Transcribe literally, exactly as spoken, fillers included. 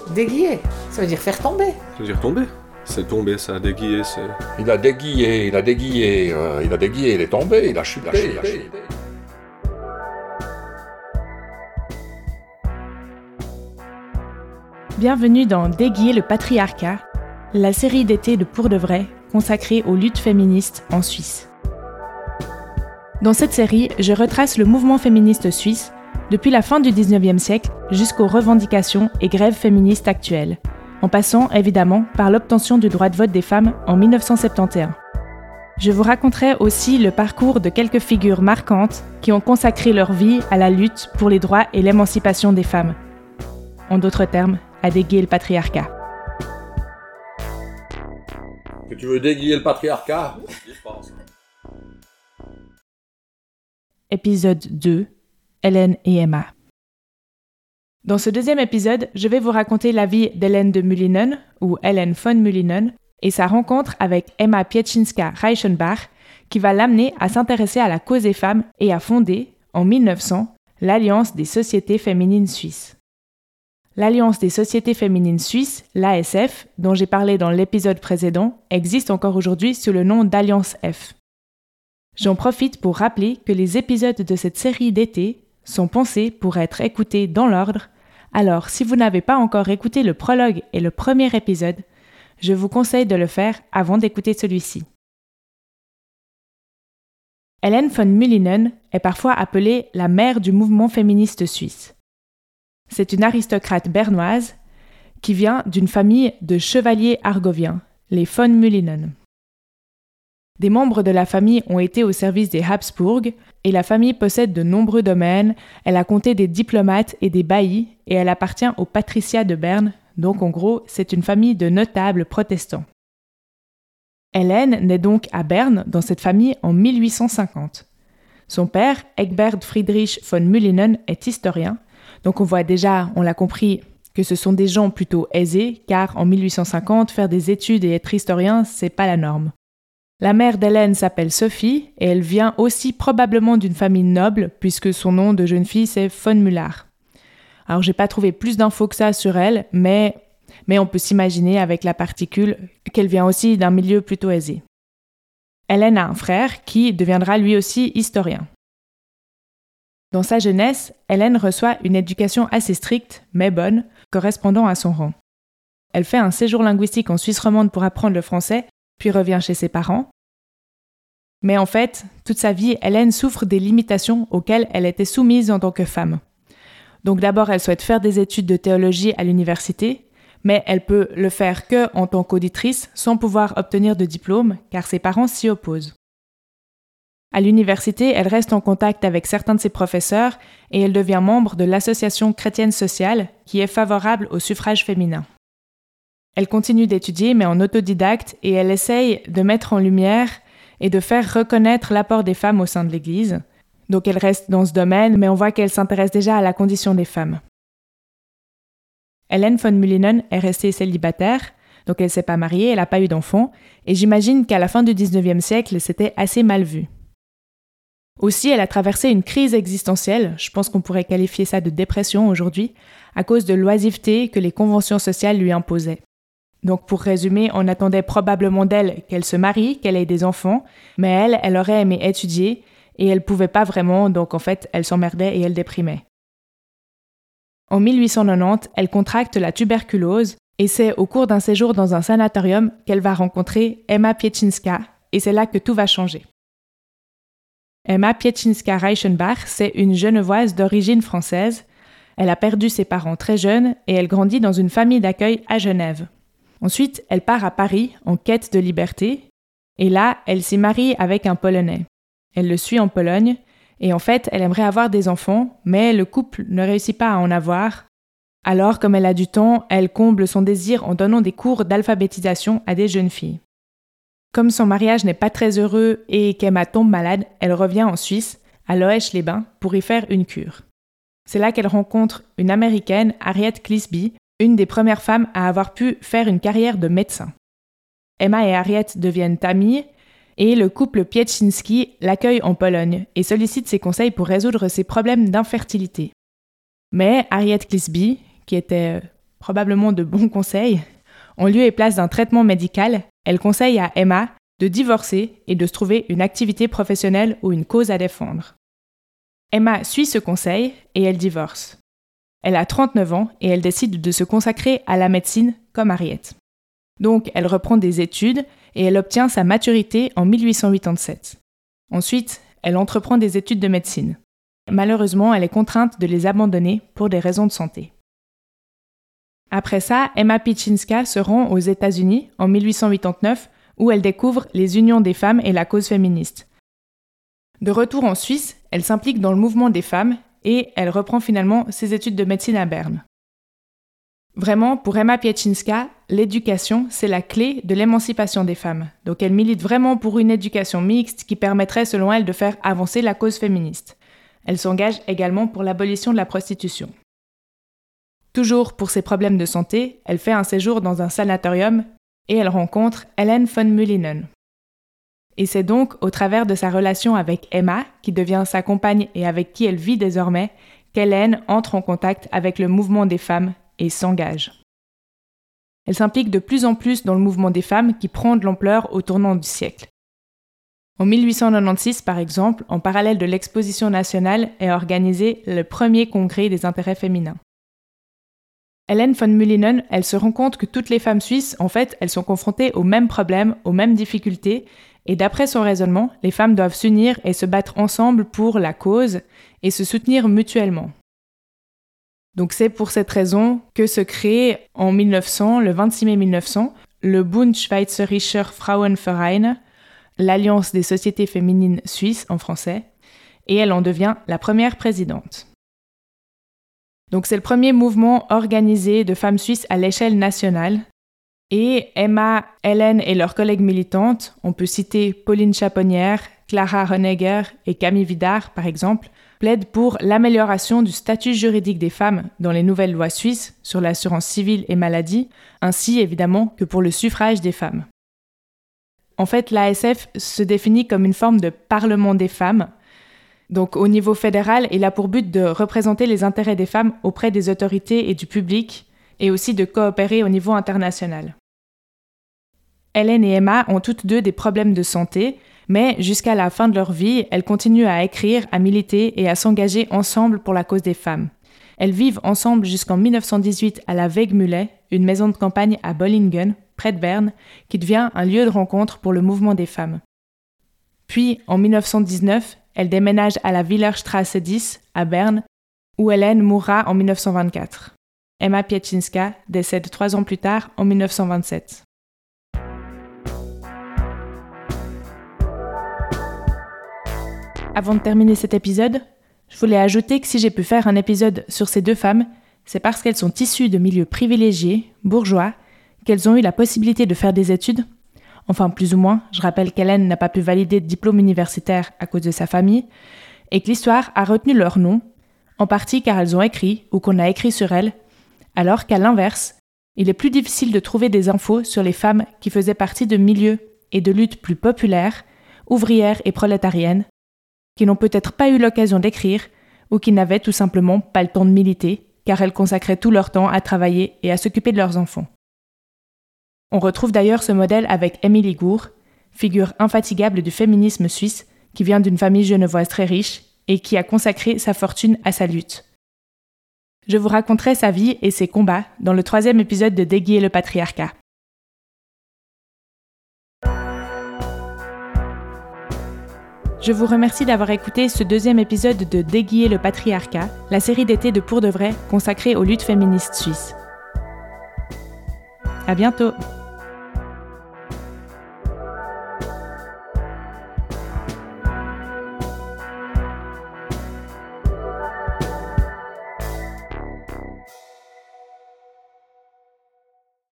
Déguiller, ça veut dire faire tomber. Ça veut dire tomber. C'est tomber, ça, déguiller, c'est... Il a déguillé, il a déguillé, euh, il a déguillé, il est tombé, il a chuté, il a chuté. Il a chuté. Bienvenue dans Déguiller le patriarcat, la série d'été de Pour de vrai consacrée aux luttes féministes en Suisse. Dans cette série, je retrace le mouvement féministe suisse depuis la fin du dix-neuvième siècle jusqu'aux revendications et grèves féministes actuelles, en passant évidemment par l'obtention du droit de vote des femmes en dix-neuf cent soixante et onze. Je vous raconterai aussi le parcours de quelques figures marquantes qui ont consacré leur vie à la lutte pour les droits et l'émancipation des femmes. En d'autres termes, à déguiller le patriarcat. Que tu veux déguiller le patriarcat ? Épisode deux, Hélène et Emma. Dans ce deuxième épisode, je vais vous raconter la vie d'Hélène de Mühlinen, ou Hélène von Mühlinen, et sa rencontre avec Emma Pietschinska-Reichenbach, qui va l'amener à s'intéresser à la cause des femmes et à fonder, en mille neuf cents, l'Alliance des sociétés féminines suisses. L'Alliance des sociétés féminines suisses, l'A S F, dont j'ai parlé dans l'épisode précédent, existe encore aujourd'hui sous le nom d'Alliance F. J'en profite pour rappeler que les épisodes de cette série d'été sont pensés pour être écoutés dans l'ordre, alors si vous n'avez pas encore écouté le prologue et le premier épisode, je vous conseille de le faire avant d'écouter celui-ci. Hélène von Mühlinen est parfois appelée la mère du mouvement féministe suisse. C'est une aristocrate bernoise qui vient d'une famille de chevaliers argoviens, les von Mühlinen. Des membres de la famille ont été au service des Habsbourg et la famille possède de nombreux domaines, elle a compté des diplomates et des baillis et elle appartient au patriciat de Berne, donc en gros, c'est une famille de notables protestants. Hélène naît donc à Berne dans cette famille en mille huit cent cinquante. Son père, Egbert Friedrich von Mühlinen, est historien, donc on voit déjà, on l'a compris, que ce sont des gens plutôt aisés, car en mille huit cent cinquante, faire des études et être historien, c'est pas la norme. La mère d'Hélène s'appelle Sophie et elle vient aussi probablement d'une famille noble puisque son nom de jeune fille c'est von Müller. Alors j'ai pas trouvé plus d'infos que ça sur elle, mais, mais on peut s'imaginer avec la particule qu'elle vient aussi d'un milieu plutôt aisé. Hélène a un frère qui deviendra lui aussi historien. Dans sa jeunesse, Hélène reçoit une éducation assez stricte, mais bonne, correspondant à son rang. Elle fait un séjour linguistique en Suisse romande pour apprendre le français, puis revient chez ses parents. Mais en fait, toute sa vie, Hélène souffre des limitations auxquelles elle était soumise en tant que femme. Donc d'abord, elle souhaite faire des études de théologie à l'université, mais elle peut le faire que en tant qu'auditrice, sans pouvoir obtenir de diplôme, car ses parents s'y opposent. À l'université, elle reste en contact avec certains de ses professeurs et elle devient membre de l'association chrétienne sociale, qui est favorable au suffrage féminin. Elle continue d'étudier, mais en autodidacte, et elle essaye de mettre en lumière et de faire reconnaître l'apport des femmes au sein de l'Église. Donc elle reste dans ce domaine, mais on voit qu'elle s'intéresse déjà à la condition des femmes. Hélène von Mühlinen est restée célibataire, donc elle ne s'est pas mariée, elle n'a pas eu d'enfant, et j'imagine qu'à la fin du dix-neuvième siècle, c'était assez mal vu. Aussi, elle a traversé une crise existentielle, je pense qu'on pourrait qualifier ça de dépression aujourd'hui, à cause de l'oisiveté que les conventions sociales lui imposaient. Donc pour résumer, on attendait probablement d'elle qu'elle se marie, qu'elle ait des enfants, mais elle, elle aurait aimé étudier et elle pouvait pas vraiment, donc en fait, elle s'emmerdait et elle déprimait. En mille huit cent quatre-vingt-dix, elle contracte la tuberculose et c'est au cours d'un séjour dans un sanatorium qu'elle va rencontrer Emma Pietschinska et c'est là que tout va changer. Emma Pietschinska-Reichenbach, c'est une Genevoise d'origine française. Elle a perdu ses parents très jeunes et elle grandit dans une famille d'accueil à Genève. Ensuite, elle part à Paris en quête de liberté, et là, elle s'y marie avec un Polonais. Elle le suit en Pologne, et en fait, elle aimerait avoir des enfants, mais le couple ne réussit pas à en avoir. Alors, comme elle a du temps, elle comble son désir en donnant des cours d'alphabétisation à des jeunes filles. Comme son mariage n'est pas très heureux et qu'Emma tombe malade, elle revient en Suisse, à Loesch-les-Bains, pour y faire une cure. C'est là qu'elle rencontre une Américaine, Harriet Clisby, une des premières femmes à avoir pu faire une carrière de médecin. Emma et Harriet deviennent amies et le couple Pietschinski l'accueille en Pologne et sollicite ses conseils pour résoudre ses problèmes d'infertilité. Mais Harriet Clisby, qui était probablement de bons conseils, en lieu et place d'un traitement médical, elle conseille à Emma de divorcer et de se trouver une activité professionnelle ou une cause à défendre. Emma suit ce conseil et elle divorce. Elle a trente-neuf ans et elle décide de se consacrer à la médecine comme Harriet. Donc elle reprend des études et elle obtient sa maturité en mille huit cent quatre-vingt-sept. Ensuite, elle entreprend des études de médecine. Malheureusement, elle est contrainte de les abandonner pour des raisons de santé. Après ça, Emma Pieczyńska se rend aux États-Unis en mille huit cent quatre-vingt-neuf où elle découvre les unions des femmes et la cause féministe. De retour en Suisse, elle s'implique dans le mouvement des femmes et elle reprend finalement ses études de médecine à Berne. Vraiment, pour Emma Pieczyńska, l'éducation, c'est la clé de l'émancipation des femmes. Donc elle milite vraiment pour une éducation mixte qui permettrait, selon elle, de faire avancer la cause féministe. Elle s'engage également pour l'abolition de la prostitution. Toujours pour ses problèmes de santé, elle fait un séjour dans un sanatorium et elle rencontre Helen von Mühlinen. Et c'est donc au travers de sa relation avec Emma, qui devient sa compagne et avec qui elle vit désormais, qu'Hélène entre en contact avec le mouvement des femmes et s'engage. Elle s'implique de plus en plus dans le mouvement des femmes qui prend de l'ampleur au tournant du siècle. En mille huit cent quatre-vingt-seize, par exemple, en parallèle de l'exposition nationale, est organisé le premier congrès des intérêts féminins. Helen von Mühlinen, elle se rend compte que toutes les femmes suisses, en fait, elles sont confrontées aux mêmes problèmes, aux mêmes difficultés, et d'après son raisonnement, les femmes doivent s'unir et se battre ensemble pour la cause et se soutenir mutuellement. Donc c'est pour cette raison que se crée en mille neuf cents, le vingt-six mai mille neuf cents, le Bund Schweizerischer Frauenverein, l'Alliance des sociétés féminines suisses en français, et elle en devient la première présidente. Donc c'est le premier mouvement organisé de femmes suisses à l'échelle nationale. Et Emma, Hélène et leurs collègues militantes, on peut citer Pauline Chaponnière, Clara Honegger et Camille Vidar par exemple, plaident pour l'amélioration du statut juridique des femmes dans les nouvelles lois suisses sur l'assurance civile et maladie, ainsi évidemment que pour le suffrage des femmes. En fait, l'A S F se définit comme une forme de parlement des femmes. Donc au niveau fédéral, il a pour but de représenter les intérêts des femmes auprès des autorités et du public, et aussi de coopérer au niveau international. Hélène et Emma ont toutes deux des problèmes de santé, mais jusqu'à la fin de leur vie, elles continuent à écrire, à militer et à s'engager ensemble pour la cause des femmes. Elles vivent ensemble jusqu'en mille neuf cent dix-huit à la Wegmühle, une maison de campagne à Bollingen, près de Berne, qui devient un lieu de rencontre pour le mouvement des femmes. Puis, en mille neuf cent dix-neuf, elles déménagent à la Willerstrasse dix, à Berne, où Hélène mourra en mille neuf cent vingt-quatre. Emma Pieczyńska décède trois ans plus tard, en mille neuf cent vingt-sept. Avant de terminer cet épisode, je voulais ajouter que si j'ai pu faire un épisode sur ces deux femmes, c'est parce qu'elles sont issues de milieux privilégiés, bourgeois, qu'elles ont eu la possibilité de faire des études. Enfin, plus ou moins, je rappelle qu'Hélène n'a pas pu valider de diplôme universitaire à cause de sa famille, et que l'histoire a retenu leur nom, en partie car elles ont écrit ou qu'on a écrit sur elles, alors qu'à l'inverse, il est plus difficile de trouver des infos sur les femmes qui faisaient partie de milieux et de luttes plus populaires, ouvrières et prolétariennes, qui n'ont peut-être pas eu l'occasion d'écrire ou qui n'avaient tout simplement pas le temps de militer, car elles consacraient tout leur temps à travailler et à s'occuper de leurs enfants. On retrouve d'ailleurs ce modèle avec Émilie Gour, figure infatigable du féminisme suisse, qui vient d'une famille genevoise très riche et qui a consacré sa fortune à sa lutte. Je vous raconterai sa vie et ses combats dans le troisième épisode de Déguier le patriarcat. Je vous remercie d'avoir écouté ce deuxième épisode de Déguier le patriarcat, la série d'été de Pour de vrai consacrée aux luttes féministes suisses. À bientôt!